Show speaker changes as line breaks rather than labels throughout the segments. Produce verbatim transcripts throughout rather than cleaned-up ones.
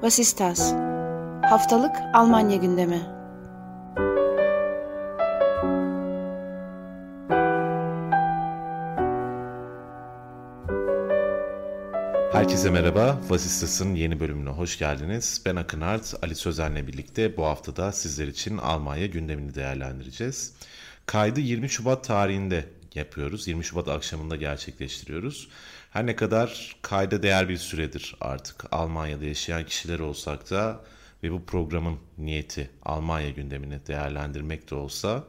Was ist das? Haftalık Almanya gündemi.
Herkese merhaba, Was ist das'ın yeni bölümüne hoş geldiniz. Ben Akın Art, Ali Sözer'le birlikte bu haftada sizler için Almanya gündemini değerlendireceğiz. Kaydı yirmi Şubat tarihinde yapıyoruz, yirmi Şubat akşamında gerçekleştiriyoruz. Her ne kadar kayda değer bir süredir artık Almanya'da yaşayan kişiler olsak da ve bu programın niyeti Almanya gündemini değerlendirmek de olsa,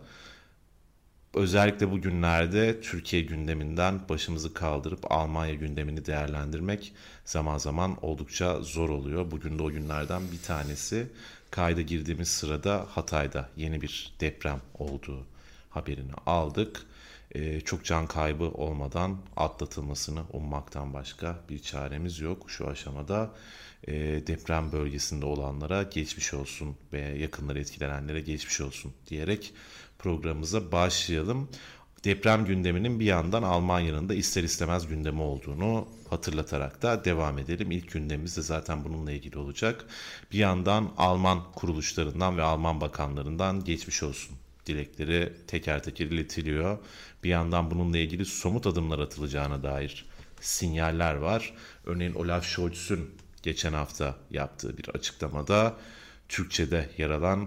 özellikle bu günlerde Türkiye gündeminden başımızı kaldırıp Almanya gündemini değerlendirmek zaman zaman oldukça zor oluyor. Bugün de o günlerden bir tanesi. Kayda girdiğimiz sırada Hatay'da yeni bir deprem olduğu haberini aldık. Ee, çok can kaybı olmadan atlatılmasını ummaktan başka bir çaremiz yok şu aşamada. Ee, deprem bölgesinde olanlara geçmiş olsun ve yakınları etkilenenlere geçmiş olsun diyerek programımıza başlayalım. Deprem gündeminin bir yandan Almanya'nın da ister istemez gündemi olduğunu hatırlatarak da devam edelim. İlk gündemimiz de zaten bununla ilgili olacak. Bir yandan Alman kuruluşlarından ve Alman bakanlarından geçmiş olsun dilekleri teker teker iletiliyor. Bir yandan bununla ilgili somut adımlar atılacağına dair sinyaller var. Örneğin Olaf Scholz'un geçen hafta yaptığı bir açıklamada Türkçe'de yer alan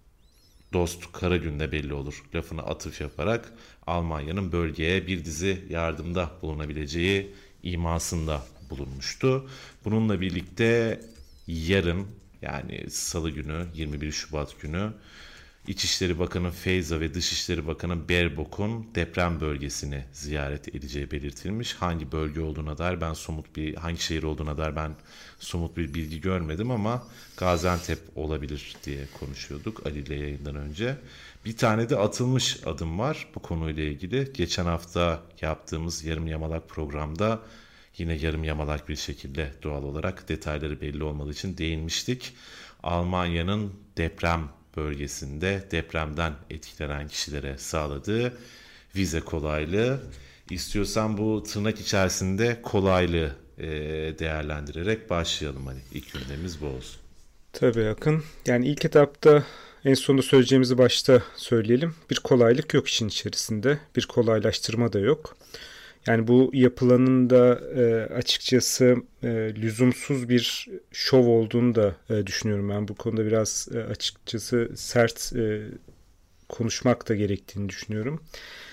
"Dost kara günde belli olur" lafına atıf yaparak Almanya'nın bölgeye bir dizi yardımda bulunabileceği imasında bulunmuştu. Bununla birlikte yarın, yani Salı günü, yirmi bir Şubat günü İçişleri Bakanı Feyza ve Dışişleri Bakanı Baerbock'un deprem bölgesini ziyaret edeceği belirtilmiş. Hangi bölge olduğuna dair ben somut bir, hangi şehir olduğuna dair ben somut bir bilgi görmedim ama Gaziantep olabilir diye konuşuyorduk Ali ile yayından önce. Bir tane de atılmış adım var bu konuyla ilgili. Geçen hafta yaptığımız yarım yamalak programda yine yarım yamalak bir şekilde doğal olarak detayları belli olmadığı için değinmiştik. Almanya'nın deprem bölgesinde depremden etkilenen kişilere sağladığı vize kolaylığı. İstiyorsan bu tırnak içerisinde kolaylığı e, değerlendirerek başlayalım. Hani ilk gündemimiz bu olsun.
Tabii Akın. Yani ilk etapta en sonunda söyleyeceğimizi başta söyleyelim. Bir kolaylık yok işin içerisinde. Bir kolaylaştırma da yok. Yani bu yapılanın da e, açıkçası e, lüzumsuz bir şov olduğunu da e, düşünüyorum. Ben bu konuda biraz e, açıkçası sert e, konuşmak da gerektiğini düşünüyorum.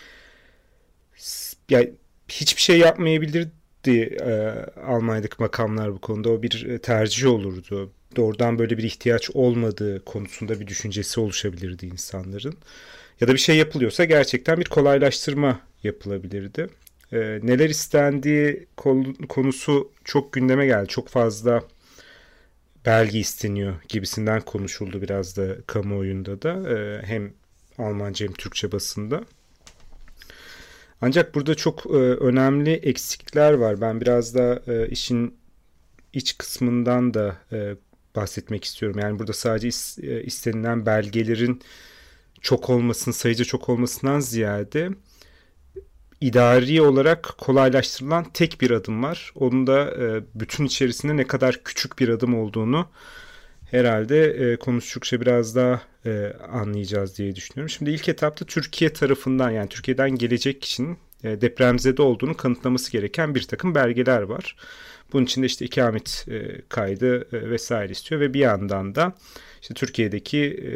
Yani hiçbir şey yapmayabilirdi e, Almanya'daki makamlar bu konuda. O bir tercih olurdu. Doğrudan böyle bir ihtiyaç olmadığı konusunda bir düşüncesi oluşabilirdi insanların. Ya da bir şey yapılıyorsa gerçekten bir kolaylaştırma yapılabilirdi. Ee, neler istendiği konusu çok gündeme geldi. Çok fazla belge isteniyor gibisinden konuşuldu biraz da kamuoyunda da. Ee, hem Almanca hem Türkçe basında. Ancak burada çok e, önemli eksiklikler var. Ben biraz da e, işin iç kısmından da e, bahsetmek istiyorum. Yani burada sadece is, e, istenilen belgelerin çok olmasının, sayıca çok olmasından ziyade idari olarak kolaylaştırılan tek bir adım var. Onun da e, bütün içerisinde ne kadar küçük bir adım olduğunu herhalde e, konuştukça biraz daha e, anlayacağız diye düşünüyorum. Şimdi ilk etapta Türkiye tarafından, yani Türkiye'den gelecek kişinin e, depremzede olduğunu kanıtlaması gereken bir takım belgeler var. Bunun için de işte ikamet e, kaydı e, vesaire istiyor ve bir yandan da işte Türkiye'deki e,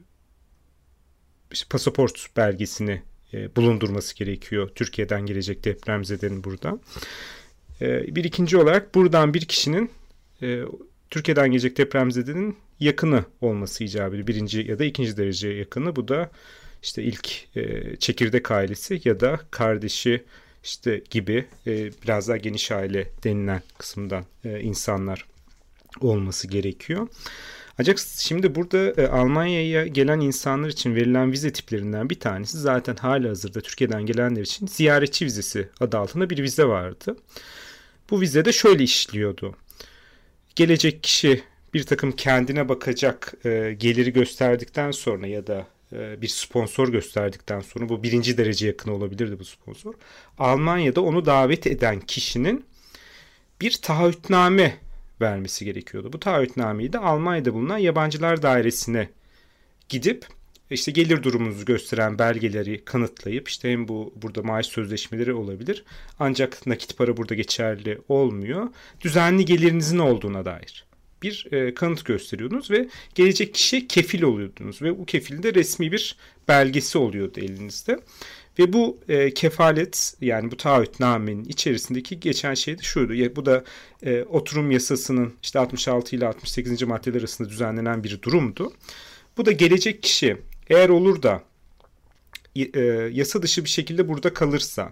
işte pasaport belgesini bulundurması gerekiyor Türkiye'den gelecek depremzedenin burada. Bir ikinci olarak buradan bir kişinin Türkiye'den gelecek depremzedenin yakını olması icap ediyor. Birinci ya da ikinci derece yakını. Bu da işte ilk çekirdek ailesi ya da kardeşi işte gibi biraz daha geniş aile denilen kısımdan insanlar olması gerekiyor. Ancak şimdi burada e, Almanya'ya gelen insanlar için verilen vize tiplerinden bir tanesi zaten halihazırda Türkiye'den gelenler için ziyaretçi vizesi adı altında bir vize vardı. Bu vize de şöyle işliyordu. Gelecek kişi bir takım kendine bakacak e, geliri gösterdikten sonra ya da e, bir sponsor gösterdikten sonra, bu birinci derece yakını olabilirdi bu sponsor, Almanya'da onu davet eden kişinin bir taahhütname vermesi gerekiyordu. Bu taahhütnameyi de Almanya'da bulunan Yabancılar Dairesi'ne gidip işte gelir durumunuzu gösteren belgeleri kanıtlayıp, işte hem bu burada maaş sözleşmeleri olabilir ancak nakit para burada geçerli olmuyor, düzenli gelirinizin olduğuna dair bir e, kanıt gösteriyordunuz ve gelecek kişiye kefil oluyordunuz ve bu kefilin de resmi bir belgesi oluyordu elinizde. Ve bu e, kefalet, yani bu taahhütnamenin içerisindeki geçen şey de şuydu. Ya, bu da e, oturum yasasının işte altmış altı ile altmış sekizinci maddeler arasında düzenlenen bir durumdu. Bu da gelecek kişi eğer olur da e, yasa dışı bir şekilde burada kalırsa,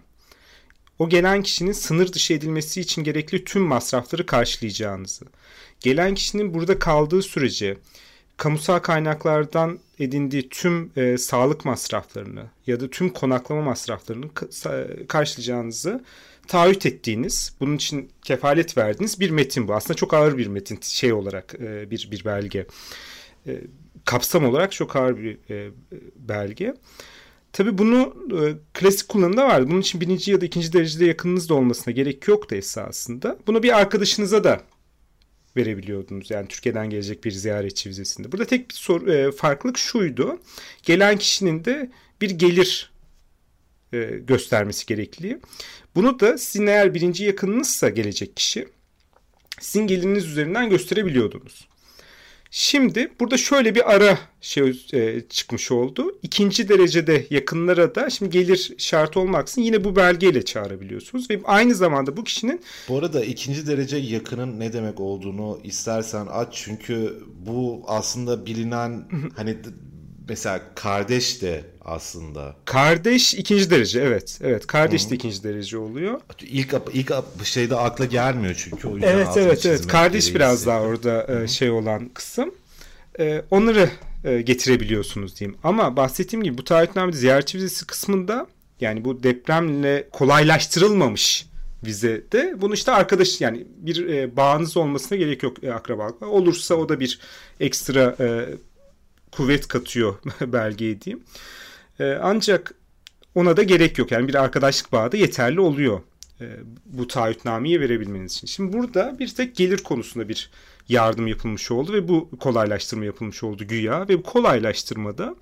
o gelen kişinin sınır dışı edilmesi için gerekli tüm masrafları karşılayacağınızı, gelen kişinin burada kaldığı sürece kamusal kaynaklardan edindiği tüm e, sağlık masraflarını ya da tüm konaklama masraflarını ka- karşılayacağınızı taahhüt ettiğiniz, bunun için kefalet verdiğiniz bir metin bu. Aslında çok ağır bir metin, şey olarak e, bir bir belge. E, kapsam olarak çok ağır bir e, belge. Tabii bunu e, klasik kullanımda vardı. Bunun için birinci ya da ikinci derecede yakınınız da olmasına gerek yoktu esasında. Bunu bir arkadaşınıza da verebiliyordunuz. Yani Türkiye'den gelecek bir ziyaretçi vizesinde. Burada tek bir soru, e, farklılık şuydu. Gelen kişinin de bir gelir e, göstermesi gerekli. Bunu da sizin eğer birinci yakınınızsa gelecek kişi, sizin geliriniz üzerinden gösterebiliyordunuz. Şimdi burada şöyle bir ara şey e, çıkmış oldu. İkinci derecede yakınlara da şimdi gelir şart olmaksızın yine bu belgeyle çağırabiliyorsunuz. Ve aynı zamanda bu kişinin...
Bu arada ikinci derece yakının ne demek olduğunu istersen aç. Çünkü bu aslında bilinen hani mesela kardeş de aslında.
Kardeş ikinci derece, evet. Evet, kardeş de ikinci derece oluyor.
İlk ilk şeyde akla gelmiyor çünkü. O yüzden
evet evet evet. Kardeş
gereği
biraz
hissettim.
daha orada e, şey olan kısım. E, onları e, getirebiliyorsunuz diyeyim. Ama bahsettiğim gibi bu taahhütnamede ziyaretçi vizesi kısmında, yani bu depremle kolaylaştırılmamış vizede bunu işte arkadaş, yani bir e, bağınız olmasına gerek yok e, akrabalıkla. Olursa o da bir ekstra e, kuvvet katıyor belgeye diyeyim. E, ancak ona da gerek yok. Yani bir arkadaşlık bağı da yeterli oluyor e, bu taahhütnameyi verebilmeniz için. Şimdi burada bir tek gelir konusunda bir yardım yapılmış oldu ve bu kolaylaştırma yapılmış oldu güya. Ve bu kolaylaştırmada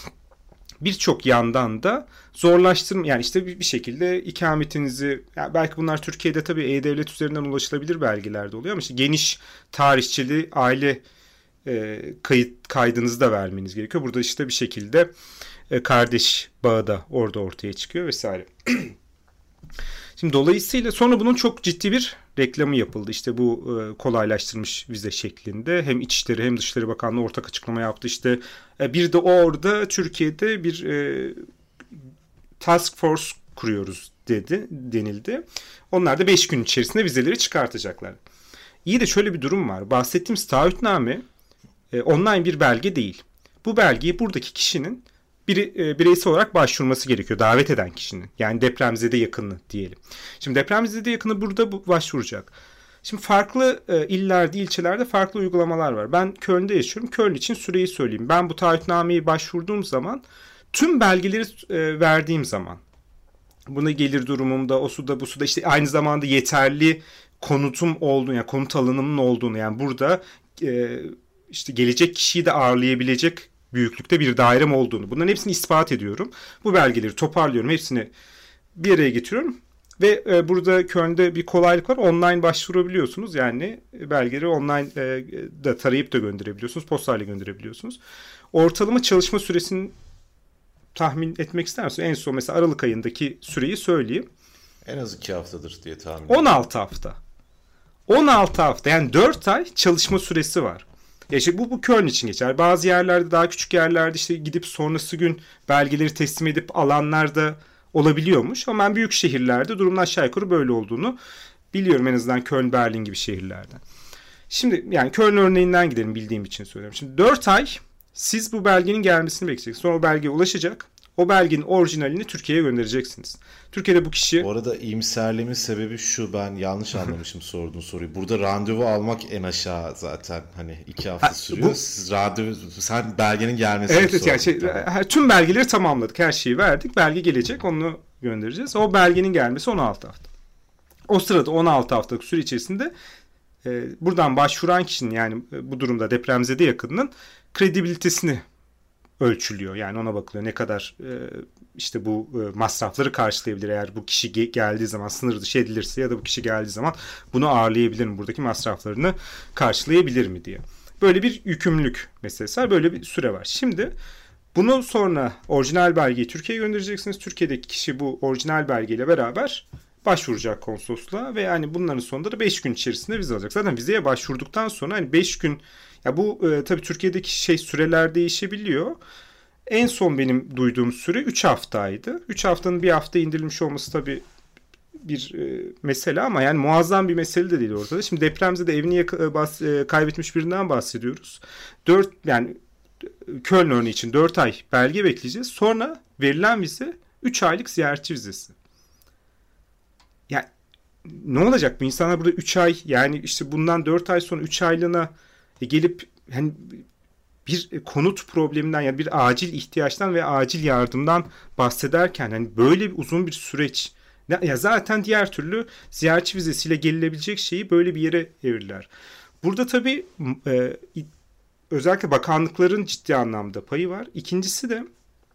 birçok yandan da zorlaştırma, yani işte bir, bir şekilde ikametinizi, yani belki bunlar Türkiye'de tabii E-Devlet üzerinden ulaşılabilir belgelerde oluyor ama işte geniş tarihçeli aile e, kayıt kaydınızı da vermeniz gerekiyor. Burada işte bir şekilde e, kardeş bağı da orada ortaya çıkıyor vesaire. Şimdi dolayısıyla sonra bunun çok ciddi bir reklamı yapıldı. İşte bu e, kolaylaştırmış vize şeklinde. Hem İçişleri hem Dışişleri Bakanlığı ortak açıklama yaptı. İşte e, bir de orada Türkiye'de bir e, task force kuruyoruz dedi, denildi. Onlar da beş gün içerisinde vizeleri çıkartacaklar. İyi de şöyle bir durum var. Bahsettiğimiz taahhütname e, online bir belge değil. Bu belgeyi buradaki kişinin bir, e, bireysel olarak başvurması gerekiyor. Davet eden kişinin. Yani depremzede yakını diyelim. Şimdi depremzede yakını burada bu, başvuracak. Şimdi farklı e, illerde, ilçelerde farklı uygulamalar var. Ben Köln'de yaşıyorum. Köln için süreyi söyleyeyim. Ben bu taahhütnameyi başvurduğum zaman, tüm belgeleri e, verdiğim zaman, buna gelir durumumda, o suda bu suda, işte aynı zamanda yeterli konutum olduğunu, yani konut alanımın olduğunu, yani burada e, işte gelecek kişiyi de ağırlayabilecek büyüklükte bir dairem olduğunu, bunların hepsini ispat ediyorum. Bu belgeleri toparlıyorum, hepsini bir araya getiriyorum ve e, burada Köln'de bir kolaylık var. Online başvurabiliyorsunuz. Yani belgeleri online e, da tarayıp da gönderebiliyorsunuz. Postayla gönderebiliyorsunuz. Ortalama çalışma süresini tahmin etmek ister misiniz? En son mesela Aralık ayındaki süreyi söyleyeyim.
En az iki haftadır diye tahmin ediyorum.
on altı hafta. on altı hafta, yani dört ay çalışma süresi var. Ya işte bu, bu Köln için geçer. Bazı yerlerde, daha küçük yerlerde işte gidip sonrası gün belgeleri teslim edip alanlar da olabiliyormuş. Ama ben büyük şehirlerde durumun aşağı yukarı böyle olduğunu biliyorum, en azından Köln, Berlin gibi şehirlerden. Şimdi yani Köln örneğinden gidelim, bildiğim için söylüyorum. Şimdi dört ay siz bu belgenin gelmesini bekleyeceksiniz. Sonra o belge ulaşacak. O belgenin orijinalini Türkiye'ye göndereceksin. Türkiye'de bu kişi...
Bu arada iyimserliğimin sebebi şu, ben yanlış anlamışım sorduğun soruyu. Burada randevu almak en aşağı zaten hani iki hafta
Ha,
sürüyor.
bu...
Siz randevu, sen belgenin gelmesini
evet, evet, yani şey,
tamam.
tüm belgeleri tamamladık. Her şeyi verdik. Belge gelecek, onu göndereceğiz. O belgenin gelmesi on altı hafta. O sırada on altı haftalık süre içerisinde e, buradan başvuran kişinin, yani e, bu durumda depremzede yakınının kredibilitesini ölçülüyor. Yani ona bakılıyor, ne kadar e, işte bu e, masrafları karşılayabilir eğer bu kişi ge- geldiği zaman, sınır dışı edilirse ya da bu kişi geldiği zaman bunu ağırlayabilir mi, buradaki masraflarını karşılayabilir mi diye. Böyle bir yükümlülük meselesi var, böyle bir süre var. Şimdi bunu sonra orijinal belgeyi Türkiye'ye göndereceksiniz. Türkiye'deki kişi bu orijinal belgeyle beraber başvuracak konsolosluğa ve yani bunların sonunda da beş gün içerisinde vize alacak. Zaten vizeye başvurduktan sonra hani beş gün, ya bu e, tabii Türkiye'deki şey süreler değişebiliyor. En son benim duyduğum süre üç haftaydı. üç haftanın bir hafta indirilmiş olması tabii bir e, mesele ama yani muazzam bir mesele de değil ortada. Şimdi depremde de evini yak- bas, e, kaybetmiş birinden bahsediyoruz. dört yani Köln örneği için dört ay belge bekleyeceğiz. Sonra verilen vize üç aylık ziyaretçi vizesi. Yani ne olacak bu insanlar burada üç ay, yani işte bundan dört ay sonra üç aylığına gelip hani bir konut probleminden ya yani bir acil ihtiyaçtan ve acil yardımdan bahsederken hani böyle bir uzun bir süreç, ya zaten diğer türlü ziyaretçi vizesiyle gelinebilecek şeyi böyle bir yere evirler. Burada tabii e, özellikle bakanlıkların ciddi anlamda payı var. İkincisi de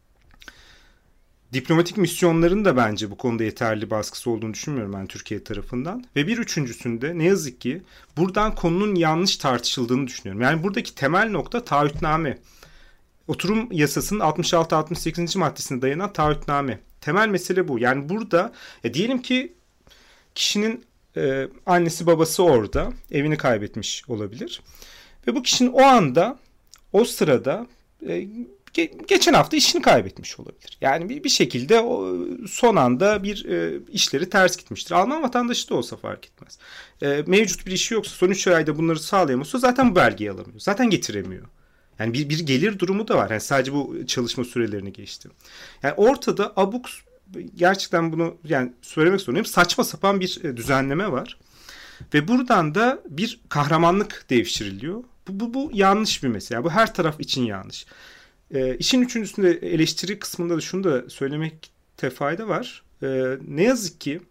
diplomatik misyonların da bence bu konuda yeterli baskısı olduğunu düşünmüyorum ben Türkiye tarafından. Ve bir üçüncüsünde ne yazık ki buradan konunun yanlış tartışıldığını düşünüyorum. Yani buradaki temel nokta taahhütname. Oturum yasasının altmış altı altmış sekizinci maddesine dayanan taahhütname. Temel mesele bu. Yani burada e, diyelim ki kişinin e, annesi babası orada, evini kaybetmiş olabilir. Ve bu kişinin o anda, o sırada e, geçen hafta işini kaybetmiş olabilir. Yani bir, bir şekilde o son anda bir e, işleri ters gitmiştir. Alman vatandaşı da olsa fark etmez. E, mevcut bir işi yoksa, son üç ayda bunları sağlayamıyorsa zaten bu belgeyi alamıyor. Zaten getiremiyor. Yani bir, bir gelir durumu da var. Yani sadece bu çalışma sürelerini geçti. Yani ortada abuk, gerçekten bunu yani söylemek zorundayım, saçma sapan bir düzenleme var. Ve buradan da bir kahramanlık devşiriliyor. Bu, bu, bu yanlış bir mesele. Bu her taraf için yanlış. E, işin üçüncüsünde eleştiri kısmında da şunu da söylemekte fayda var. E, ne yazık ki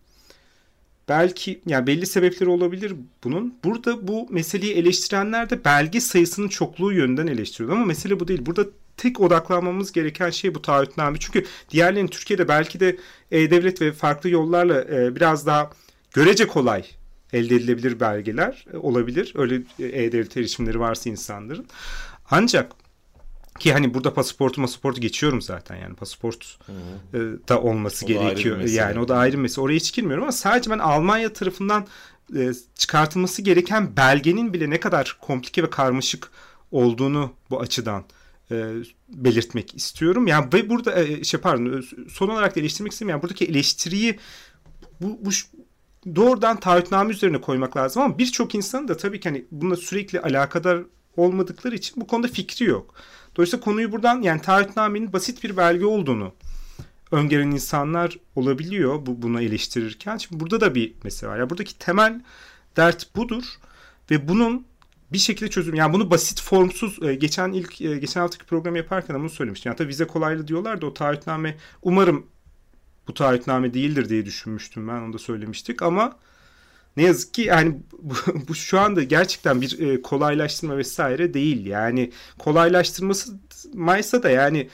belki yani belli sebepleri olabilir bunun. Burada bu meseleyi eleştirenler de belge sayısının çokluğu yönünden eleştiriyor. Ama mesele bu değil. Burada tek odaklanmamız gereken şey bu taahhütname. Çünkü diğerlerinin Türkiye'de belki de e-devlet ve farklı yollarla e, biraz daha görece kolay elde edilebilir belgeler olabilir. Öyle e-devlet erişimleri varsa insanların. Ancak ki hani burada pasaportu pasaportu geçiyorum zaten, yani pasaport Hı-hı. da olması o gerekiyor. Da yani o da ayrı bir mesele. Oraya hiç girmiyorum ama sadece ben Almanya tarafından e, çıkartılması gereken belgenin bile ne kadar komplike ve karmaşık olduğunu bu açıdan e, belirtmek istiyorum. Yani ve burada e, şey pardon son olarak da eleştirmek istemiyorum. Yani buradaki eleştiriyi bu, bu doğrudan taahhütname üzerine koymak lazım ama birçok insanın da tabii ki hani bununla sürekli alakadar olmadıkları için bu konuda fikri yok. Dolayısıyla konuyu buradan, yani taahhütnamenin basit bir belge olduğunu öngören insanlar olabiliyor bu bunu eleştirirken. Şimdi burada da bir mesele var. Yani buradaki temel dert budur ve bunun bir şekilde çözüm. Yani bunu basit, formsuz, geçen ilk geçen haftaki programı yaparken bunu söylemiştim. Yani tabii vize kolaylığı diyorlar da o taahhütname, umarım bu taahhütname değildir diye düşünmüştüm ben, onu da söylemiştik ama ne yazık ki yani bu, bu şu anda gerçekten bir e, kolaylaştırma vesaire değil. Yani kolaylaştırması maysa da yani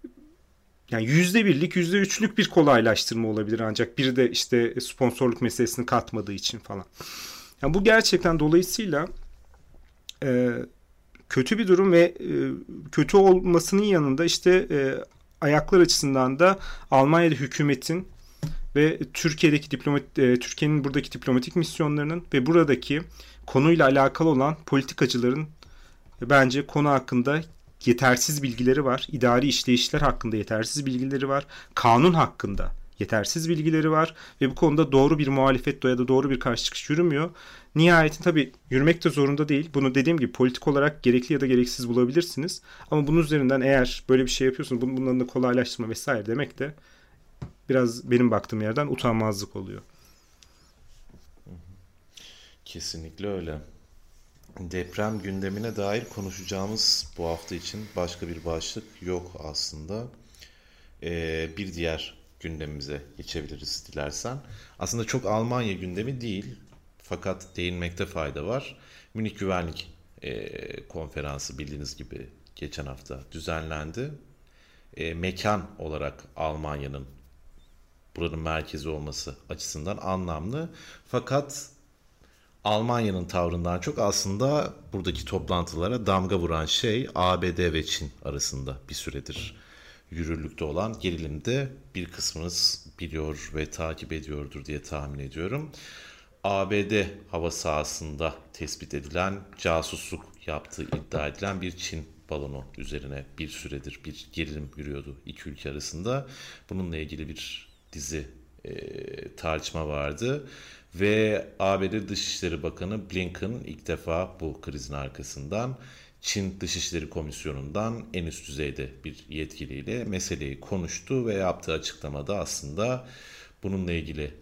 yani yüzde birlik, yüzde üçlük bir kolaylaştırma olabilir ancak biri de işte sponsorluk meselesini katmadığı için falan. Yani bu gerçekten dolayısıyla e, kötü bir durum ve e, kötü olmasının yanında işte e, ayaklar açısından da Almanya'da hükümetin ve Türkiye'deki diplomat e, Türkiye'nin buradaki diplomatik misyonlarının ve buradaki konuyla alakalı olan politikacıların e, bence konu hakkında yetersiz bilgileri var. İdari işleyişler hakkında yetersiz bilgileri var. Kanun hakkında yetersiz bilgileri var ve bu konuda doğru bir muhalefet ya da doğru bir karşı çıkış yürümüyor. Nihayetinde tabii yürümek de zorunda değil. Bunu dediğim gibi politik olarak gerekli ya da gereksiz bulabilirsiniz. Ama bunun üzerinden eğer böyle bir şey yapıyorsunuz, bunların da kolaylaştırma vesaire demek de biraz benim baktığım yerden utanmazlık oluyor.
Kesinlikle öyle. Deprem gündemine dair konuşacağımız bu hafta için başka bir başlık yok aslında. Ee, bir diğer gündemimize geçebiliriz dilersen. Aslında çok Almanya gündemi değil. Fakat değinmekte fayda var. Münih Güvenlik e, Konferansı bildiğiniz gibi geçen hafta düzenlendi. E, mekan olarak Almanya'nın buranın merkezi olması açısından anlamlı. Fakat Almanya'nın tavrından çok aslında buradaki toplantılara damga vuran şey A B D ve Çin arasında bir süredir yürürlükte olan gerilimde bir kısmınız biliyor ve takip ediyordur diye tahmin ediyorum. A B D hava sahasında tespit edilen casusluk yaptığı iddia edilen bir Çin balonu üzerine bir süredir bir gerilim yürüyordu iki ülke arasında. Bununla ilgili bir dizi e, tartışma vardı ve A B D Dışişleri Bakanı Blinken ilk defa bu krizin arkasından Çin Dışişleri Komisyonu'ndan en üst düzeyde bir yetkiliyle meseleyi konuştu ve yaptığı açıklamada aslında bununla ilgili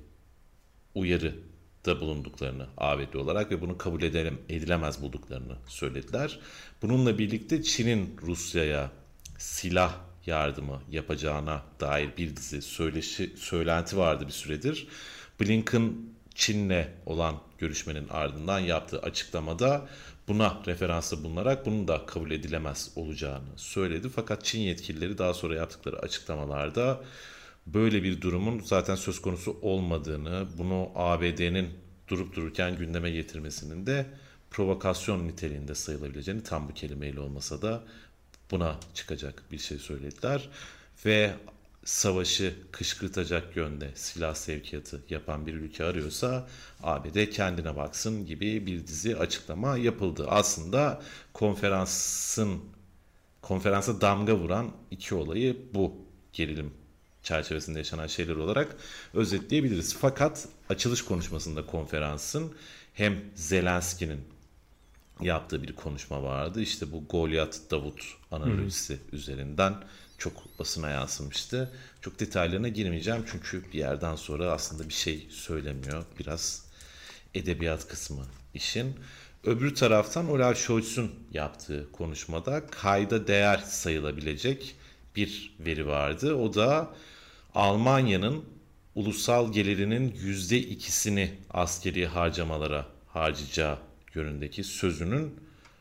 uyarı da bulunduklarını A B D olarak ve bunu kabul edelim, edilemez bulduklarını söylediler. Bununla birlikte Çin'in Rusya'ya silah yardımı yapacağına dair bir dizi söyleşi, söylenti vardı bir süredir. Blinken Çin'le olan görüşmenin ardından yaptığı açıklamada buna referansla bulunarak bunun da kabul edilemez olacağını söyledi. Fakat Çin yetkilileri daha sonra yaptıkları açıklamalarda böyle bir durumun zaten söz konusu olmadığını, bunu A B D'nin durup dururken gündeme getirmesinin de provokasyon niteliğinde sayılabileceğini, tam bu kelimeyle olmasa da buna çıkacak bir şey söylediler. Ve savaşı kışkırtacak yönde silah sevkiyatı yapan bir ülke arıyorsa A B D kendine baksın gibi bir dizi açıklama yapıldı. Aslında konferansın konferansa damga vuran iki olayı bu gerilim çerçevesinde yaşanan şeyler olarak özetleyebiliriz. Fakat açılış konuşmasında konferansın hem Zelenski'nin yaptığı bir konuşma vardı. İşte bu Goliath Davut analojisi hı hı. üzerinden çok basına yansımıştı. Çok detaylarına girmeyeceğim çünkü bir yerden sonra aslında bir şey söylemiyor. Biraz edebiyat kısmı işin. Öbür taraftan Olaf Scholz'un yaptığı konuşmada kayda değer sayılabilecek bir veri vardı. O da Almanya'nın ulusal gelirinin yüzde ikisini askeri harcamalara harcayacağı yönündeki sözünün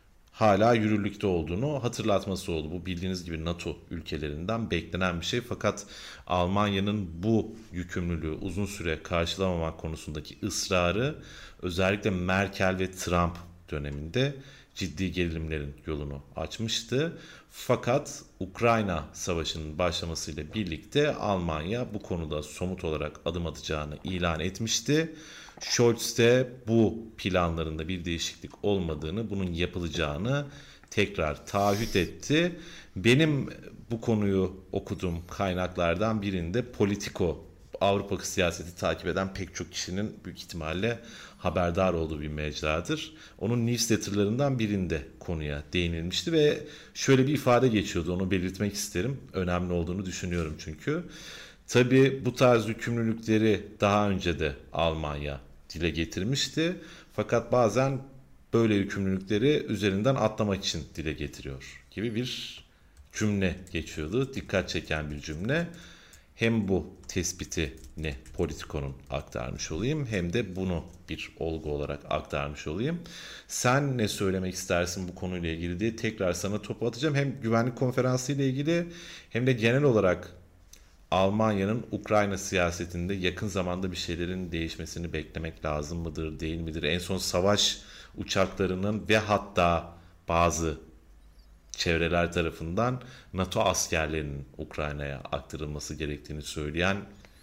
hala yürürlükte olduğunu hatırlatması oldu. Bu bildiğiniz gibi NATO ülkelerinden beklenen bir şey. Fakat Almanya'nın bu yükümlülüğü uzun süre karşılamamak konusundaki ısrarı özellikle Merkel ve Trump döneminde ciddi gerilimlerin yolunu açmıştı. Fakat Ukrayna Savaşı'nın başlamasıyla birlikte Almanya bu konuda somut olarak adım atacağını ilan etmişti. Scholz de bu planlarında bir değişiklik olmadığını, bunun yapılacağını tekrar taahhüt etti. Benim bu konuyu okuduğum kaynaklardan birinde Politico, Avrupa siyaseti takip eden pek çok kişinin büyük ihtimalle haberdar olduğu bir mecradır. Onun newsletterlarından birinde konuya değinilmişti ve şöyle bir ifade geçiyordu, onu belirtmek isterim. Önemli olduğunu düşünüyorum çünkü. Tabii bu tarz yükümlülükleri daha önce de Almanya dile getirmişti. Fakat bazen böyle yükümlülükleri üzerinden atlamak için dile getiriyor gibi bir cümle geçiyordu. Dikkat çeken bir cümle. Hem bu tespitini Politico'nun aktarmış olayım hem de bunu bir olgu olarak aktarmış olayım. Sen ne söylemek istersin bu konuyla ilgili diye tekrar sana topu atacağım. Hem güvenlik konferansı ile ilgili hem de genel olarak Almanya'nın Ukrayna siyasetinde yakın zamanda bir şeylerin değişmesini beklemek lazım mıdır, değil midir? En son savaş uçaklarının ve hatta bazı çevreler tarafından NATO askerlerinin Ukrayna'ya aktarılması gerektiğini söyleyen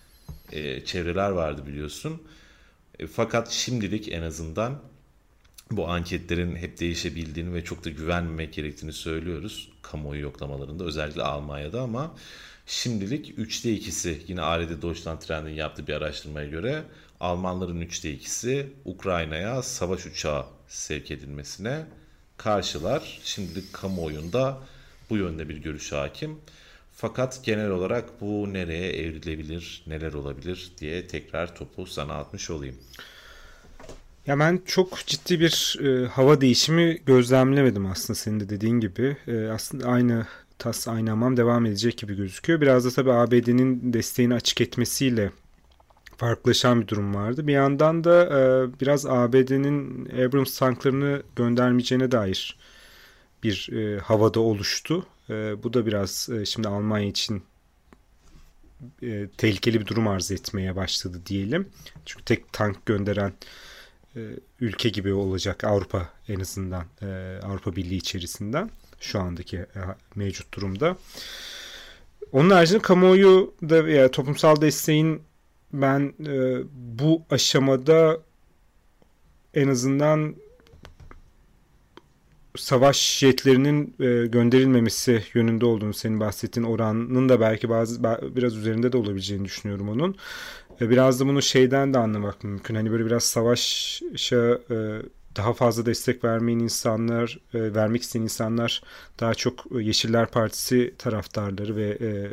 e, çevreler vardı biliyorsun. E, fakat şimdilik en azından bu anketlerin hep değişebildiğini ve çok da güvenmemek gerektiğini söylüyoruz. Kamuoyu yoklamalarında özellikle Almanya'da ama şimdilik üçte ikisi yine A R D Deutschland Trend'in yaptığı bir araştırmaya göre Almanların üçte ikisi Ukrayna'ya savaş uçağı sevk edilmesine karşılar. Şimdilik kamuoyunda bu yönde bir görüş hakim. Fakat genel olarak bu nereye evrilebilir, neler olabilir diye tekrar topu sana atmış olayım.
Ya ben çok ciddi bir e, hava değişimi gözlemlemedim aslında senin de dediğin gibi. E, aslında aynı tas aynı hamam devam edecek gibi gözüküyor. Biraz da tabii A B D'nin desteğini açık etmesiyle farklılaşan bir durum vardı. Bir yandan da e, biraz A B D'nin Abrams tanklarını göndermeyeceğine dair bir e, havada oluştu. E, bu da biraz e, şimdi Almanya için e, tehlikeli bir durum arz etmeye başladı diyelim. Çünkü tek tank gönderen e, ülke gibi olacak Avrupa, en azından e, Avrupa Birliği içerisinden şu andaki e, mevcut durumda. Onun haricinde kamuoyu da veya toplumsal desteğin ben e, bu aşamada en azından savaş jetlerinin e, gönderilmemesi yönünde olduğunu, senin bahsettiğin oranın da belki bazı biraz üzerinde de olabileceğini düşünüyorum onun. E, biraz da bunu şeyden de anlamak mümkün. Hani böyle biraz savaşa e, daha fazla destek vermeyen insanlar, e, vermek isteyen insanlar daha çok Yeşiller Partisi taraftarları ve e,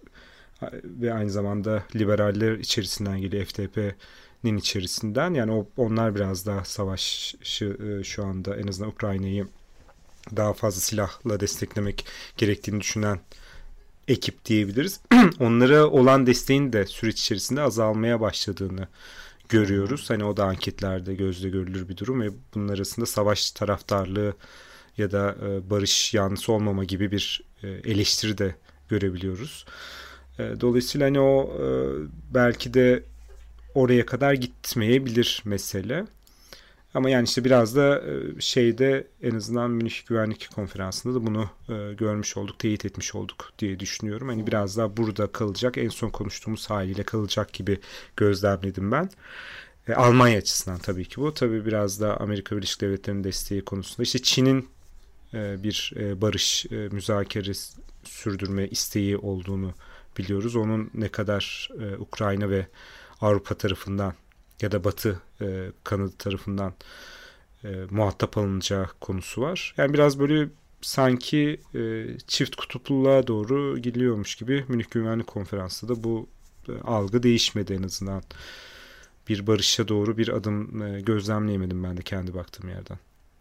ve aynı zamanda liberaller içerisinden geliyor, F D P'nin içerisinden. Yani o, onlar biraz daha savaşı e, şu anda en azından Ukrayna'yı daha fazla silahla desteklemek gerektiğini düşünen ekip diyebiliriz. Onlara olan desteğin de süreç içerisinde azalmaya başladığını görüyoruz. Hani o da anketlerde gözle görülür bir durum ve bunun arasında savaş taraftarlığı ya da e, barış yanlısı olmama gibi bir e, eleştiri de görebiliyoruz. E, dolayısıyla hani o e, belki de oraya kadar gitmeyebilir mesele. Ama yani işte biraz da şeyde en azından Münih Güvenlik Konferansı'nda da bunu e, görmüş olduk, teyit etmiş olduk diye düşünüyorum. Hani biraz daha burada kalacak, en son konuştuğumuz haliyle kalacak gibi gözlemledim ben. E, Almanya açısından tabii ki bu. Tabii biraz da Amerika Birleşik Devletleri'nin desteği konusunda. İşte Çin'in e, bir e, barış e, müzakere sürdürme isteği olduğunu biliyoruz. Onun ne kadar e, Ukrayna ve Avrupa tarafından ya da Batı e, kanadı tarafından e, muhatap alınacağı konusu var. Yani biraz böyle sanki e, çift kutupluluğa doğru gidiyormuş gibi Münih Güvenlik Konferansı'nda da bu e, algı değişmedi en azından. Bir barışa doğru bir adım e, gözlemleyemedim ben de kendi baktığım yerden.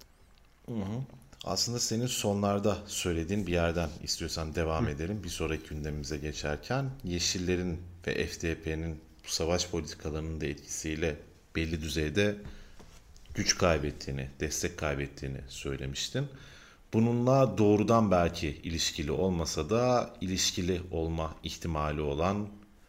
Hı hı. Aslında senin sonlarda söylediğin bir yerden istiyorsan devam hı. edelim. Bir sonraki gündemimize geçerken Yeşillerin ve F D P'nin bu savaş politikalarının da etkisiyle belli düzeyde güç kaybettiğini, destek kaybettiğini söylemiştin. Bununla doğrudan belki ilişkili olmasa da ilişkili olma ihtimali olan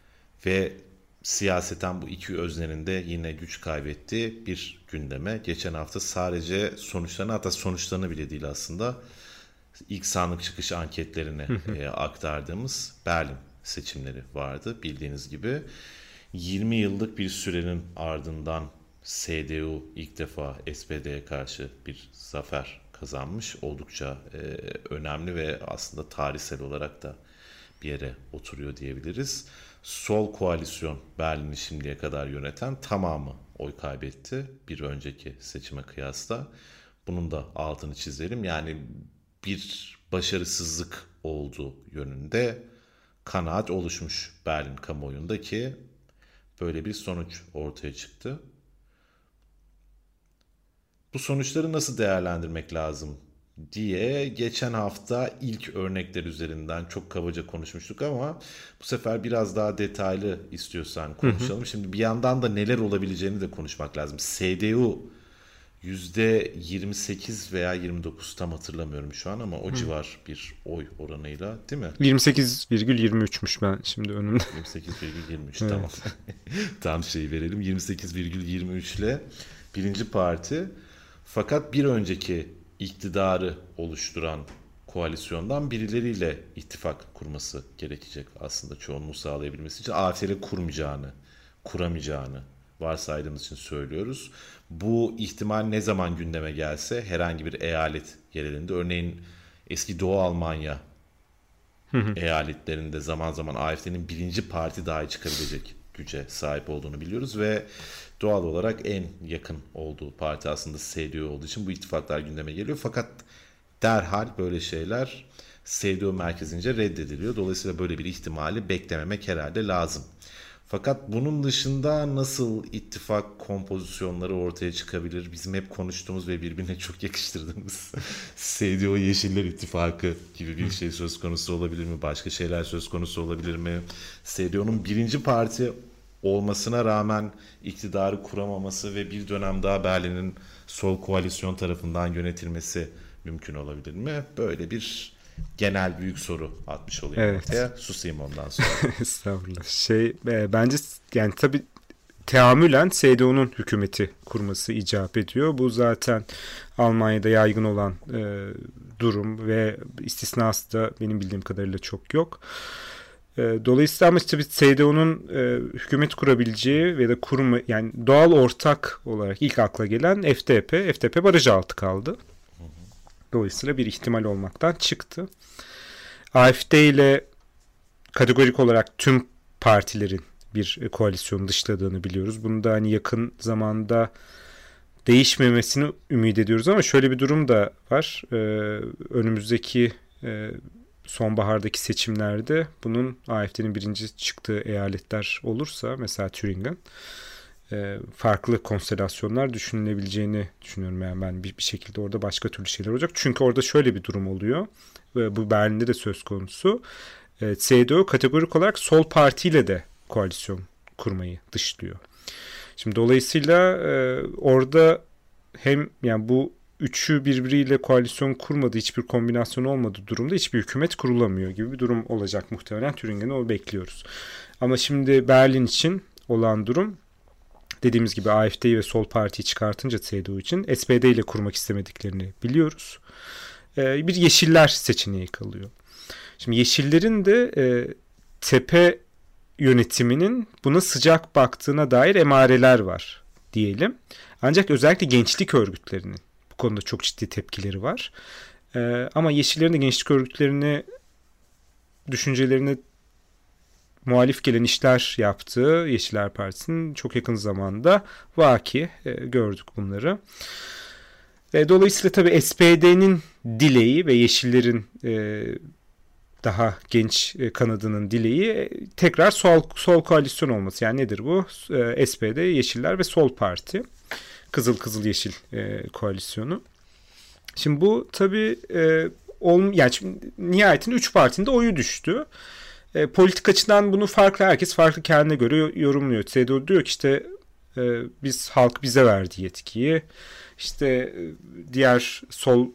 ve siyaseten bu iki öznenin de yine güç kaybettiği bir gündeme. Geçen hafta sadece sonuçlarını, hatta sonuçlarını bile değil aslında, ilk sandık çıkış anketlerini e, aktardığımız Berlin seçimleri vardı bildiğiniz gibi. yirmi yıllık bir sürenin ardından S D U ilk defa S P D'ye karşı bir zafer kazanmış. Oldukça e, önemli ve aslında tarihsel olarak da bir yere oturuyor diyebiliriz. Sol koalisyon Berlin'i şimdiye kadar yöneten tamamı oy kaybetti bir önceki seçime kıyasla. Bunun da altını çizelim. Yani bir başarısızlık olduğu yönünde kanaat oluşmuş Berlin kamuoyunda ki böyle bir sonuç ortaya çıktı. Bu sonuçları nasıl değerlendirmek lazım diye geçen hafta ilk örnekler üzerinden çok kabaca konuşmuştuk ama bu sefer biraz daha detaylı istiyorsan konuşalım. Hı hı. Şimdi bir yandan da neler olabileceğini de konuşmak lazım. S D U yüzde yirmi sekiz veya yirmi dokuz tam hatırlamıyorum şu an ama o Hı. civar bir oy oranıyla değil mi?
yirmi sekiz virgül yirmi üçmüş ben şimdi önümde.
yirmi sekiz virgül yirmi üç evet. Tamam. Tam şeyi verelim. yirmi sekiz virgül yirmi üç ile birinci parti. Fakat bir önceki iktidarı oluşturan koalisyondan birileriyle ittifak kurması gerekecek aslında çoğunluğu sağlayabilmesi için. A F D kurmayacağını, kuramayacağını varsaydığımız için söylüyoruz. Bu ihtimal ne zaman gündeme gelse herhangi bir eyalet yerelinde, örneğin eski Doğu Almanya hı hı. eyaletlerinde zaman zaman A F D'nin birinci parti dahi çıkabilecek güce sahip olduğunu biliyoruz ve doğal olarak en yakın olduğu parti aslında S D U olduğu için bu ittifaklar gündeme geliyor. Fakat derhal böyle şeyler S D U merkezince reddediliyor. Dolayısıyla böyle bir ihtimali beklememek herhalde lazım. Fakat bunun dışında nasıl ittifak kompozisyonları ortaya çıkabilir? Bizim hep konuştuğumuz ve birbirine çok yakıştırdığımız S D O Yeşiller İttifakı gibi bir şey söz konusu olabilir mi? Başka şeyler söz konusu olabilir mi? S D O'nun birinci parti olmasına rağmen iktidarı kuramaması ve bir dönem daha Berlin'in sol koalisyon tarafından yönetilmesi mümkün olabilir mi? Böyle bir genel büyük soru atmış olayım
Evet.
ortaya. Susayım ondan sonra.
Estağfurullah. Şey, e, bence yani tabii teamülen S D O'nun hükümeti kurması icap ediyor. Bu zaten Almanya'da yaygın olan e, durum ve istisnası da benim bildiğim kadarıyla çok yok. E, dolayısıyla ama tabii S D O'nun e, hükümet kurabileceği ve de kurma, yani doğal ortak olarak ilk akla gelen F D P. F D P baraj altı kaldı. Dolayısıyla bir ihtimal olmaktan çıktı. A F D ile kategorik olarak tüm partilerin bir koalisyonu dışladığını biliyoruz. Bunu da hani yakın zamanda değişmemesini ümit ediyoruz ama şöyle bir durum da var. Ee, önümüzdeki e, sonbahardaki seçimlerde bunun A F D'nin birinci çıktığı eyaletler olursa, mesela Thüringen, e, farklı konstelasyonlar düşünülebileceğini düşünüyorum. Yani ben bir, bir şekilde orada başka türlü şeyler olacak. Çünkü orada şöyle bir durum oluyor ve bu Berlin'de de söz konusu. E, S D O kategorik olarak sol partiyle de koalisyon kurmayı dışlıyor. Şimdi dolayısıyla e, orada hem yani bu üçü birbiriyle koalisyon kurmadığı, hiçbir kombinasyon olmadığı durumda hiçbir hükümet kurulamıyor gibi bir durum olacak muhtemelen. Thüringen'i o bekliyoruz. Ama şimdi Berlin için olan durum, dediğimiz gibi A F D'yi ve Sol Parti'yi çıkartınca S D O için S P D ile kurmak istemediklerini biliyoruz. E, bir Yeşiller seçeneği kalıyor. Şimdi Yeşillerin de e, tepe yönetiminin buna sıcak baktığına dair emareler var diyelim. Ancak özellikle gençlik örgütlerinin bu konuda çok ciddi tepkileri var. Ee, ama Yeşillerin de gençlik örgütlerini, düşüncelerine muhalif gelen işler yaptığı Yeşiller Partisi'nin çok yakın zamanda vaki e, gördük bunları. E, dolayısıyla tabii S P D'nin dileği ve Yeşillerin e, daha genç kanadının dileği tekrar sol, sol koalisyon olması. Yani nedir bu? E, S P D, Yeşiller ve Sol Parti. Kızıl Kızıl Yeşil e, koalisyonu. Şimdi bu tabii e, ol, yani şimdi, nihayetinde üç partinin de oyu düştü. E, politik açıdan bunu farklı, herkes farklı kendine göre yorumluyor. S D O diyor ki işte e, biz, halk bize verdi yetkiyi. İşte e, diğer sol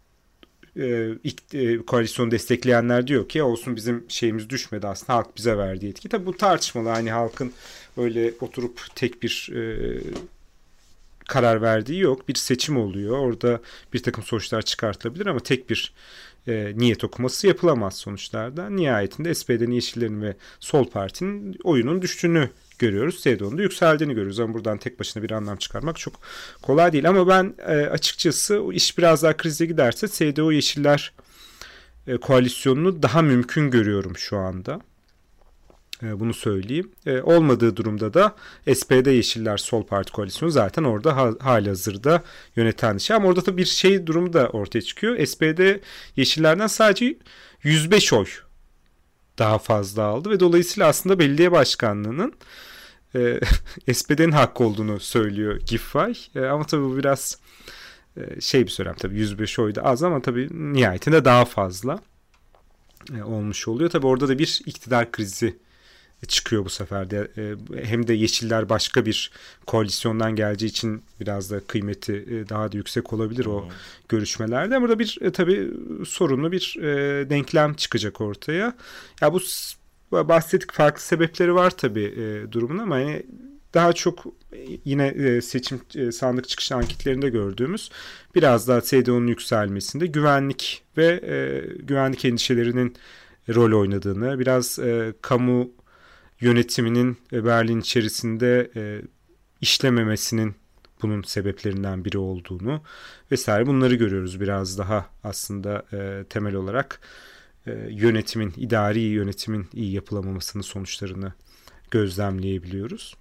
e, e, koalisyonu destekleyenler diyor ki olsun, bizim şeyimiz düşmedi, aslında halk bize verdi yetki. Tabii bu tartışmalı. Hani halkın öyle oturup tek bir e, karar verdiği yok. Bir seçim oluyor. Orada bir takım sonuçlar çıkartılabilir ama tek bir e, niyet okuması yapılamaz sonuçlarda. Nihayetinde S P D'nin, Yeşillerin ve Sol Parti'nin oyunun düştüğünü görüyoruz. S D O'nun da yükseldiğini görüyoruz. Ama buradan tek başına bir anlam çıkarmak çok kolay değil. Ama ben e, açıkçası o iş biraz daha krize giderse S D O Yeşiller e, koalisyonunu daha mümkün görüyorum şu anda. E, bunu söyleyeyim. E, olmadığı durumda da S P D, Yeşiller, Sol Parti koalisyonu zaten orada ha, halihazırda yöneten şey. Ama orada da bir şey durumu da ortaya çıkıyor. S P D Yeşillerden sadece yüz beş oy daha fazla aldı ve dolayısıyla aslında belediye başkanlığının e, S P D'nin hakkı olduğunu söylüyor Giffey. E, ama tabii bu biraz e, şey bir söylem, tabii yüz beş oy da az ama tabii nihayetinde daha fazla e, olmuş oluyor. Tabii orada da bir iktidar krizi çıkıyor bu sefer de. E, hem de Yeşiller başka bir koalisyondan geleceği için biraz da kıymeti e, daha da yüksek olabilir o görüşmelerde. Burada bir e, tabii sorunlu bir e, denklem çıkacak ortaya. Ya bu bahsettik, farklı sebepleri var tabii e, durumun ama yani daha çok yine e, seçim e, sandık çıkışı anketlerinde gördüğümüz biraz daha S D O'nun yükselmesinde güvenlik ve e, güvenlik endişelerinin rol oynadığını, biraz e, kamu yönetiminin Berlin içerisinde e, işlememesinin bunun sebeplerinden biri olduğunu vesaire, bunları görüyoruz. Biraz daha aslında e, temel olarak e, yönetimin, idari yönetimin iyi yapılamamasının sonuçlarını gözlemleyebiliyoruz.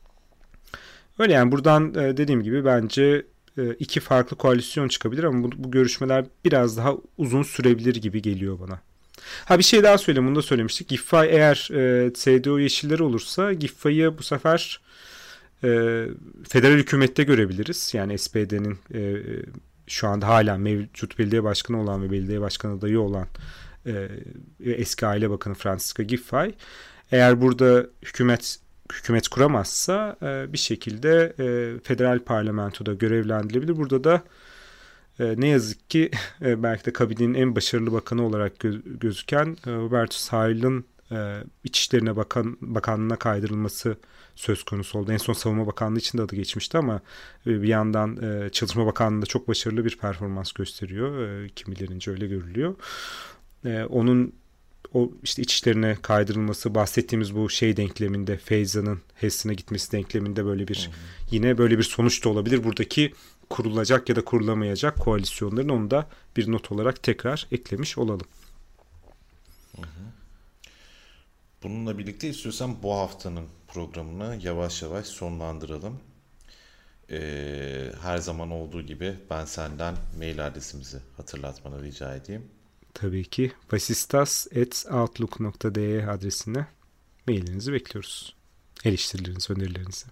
Öyle yani buradan e, dediğim gibi bence e, iki farklı koalisyon çıkabilir ama bu, bu görüşmeler biraz daha uzun sürebilir gibi geliyor bana. Ha bir şey daha söyleyeyim, bunu da söylemiştik. Giffey eğer e, S D O Yeşilleri olursa Giffey'i bu sefer e, federal hükümette görebiliriz. Yani S P D'nin e, şu anda hala mevcut belediye başkanı olan ve belediye başkanı adayı olan e, eski Aile Bakanı Franziska Giffey, eğer burada hükümet hükümet kuramazsa e, bir şekilde e, federal parlamentoda görevlendirilebilir. Burada da e, ne yazık ki e, belki de kabinenin en başarılı bakanı olarak gö- gözüken e, Hubertus Heil'in e, İçişlerine Bakan, Bakanlığı'na kaydırılması söz konusu oldu. En son Savunma Bakanlığı için de adı geçmişti ama e, bir yandan e, Çalışma Bakanlığı'nda çok başarılı bir performans gösteriyor. E, kimilerince öyle görülüyor. E, onun o işte İçişlerine kaydırılması, bahsettiğimiz bu şey denkleminde, Feyza'nın Hessin'e gitmesi denkleminde böyle bir hmm. yine böyle bir sonuç da olabilir. Buradaki kurulacak ya da kurulamayacak koalisyonların, onu da bir not olarak tekrar eklemiş olalım.
Hı hı. Bununla birlikte istiyorsan bu haftanın programını yavaş yavaş sonlandıralım. Ee, her zaman olduğu gibi ben senden mail adresimizi hatırlatmanı rica edeyim.
Tabii ki vasistas at outlook nokta de adresine maillerinizi bekliyoruz. Eleştirilerinizi, önerilerinizi.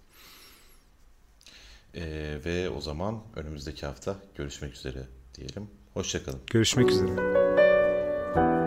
Ee, ve o zaman önümüzdeki hafta görüşmek üzere diyelim. Hoşça kalın.
Görüşmek üzere.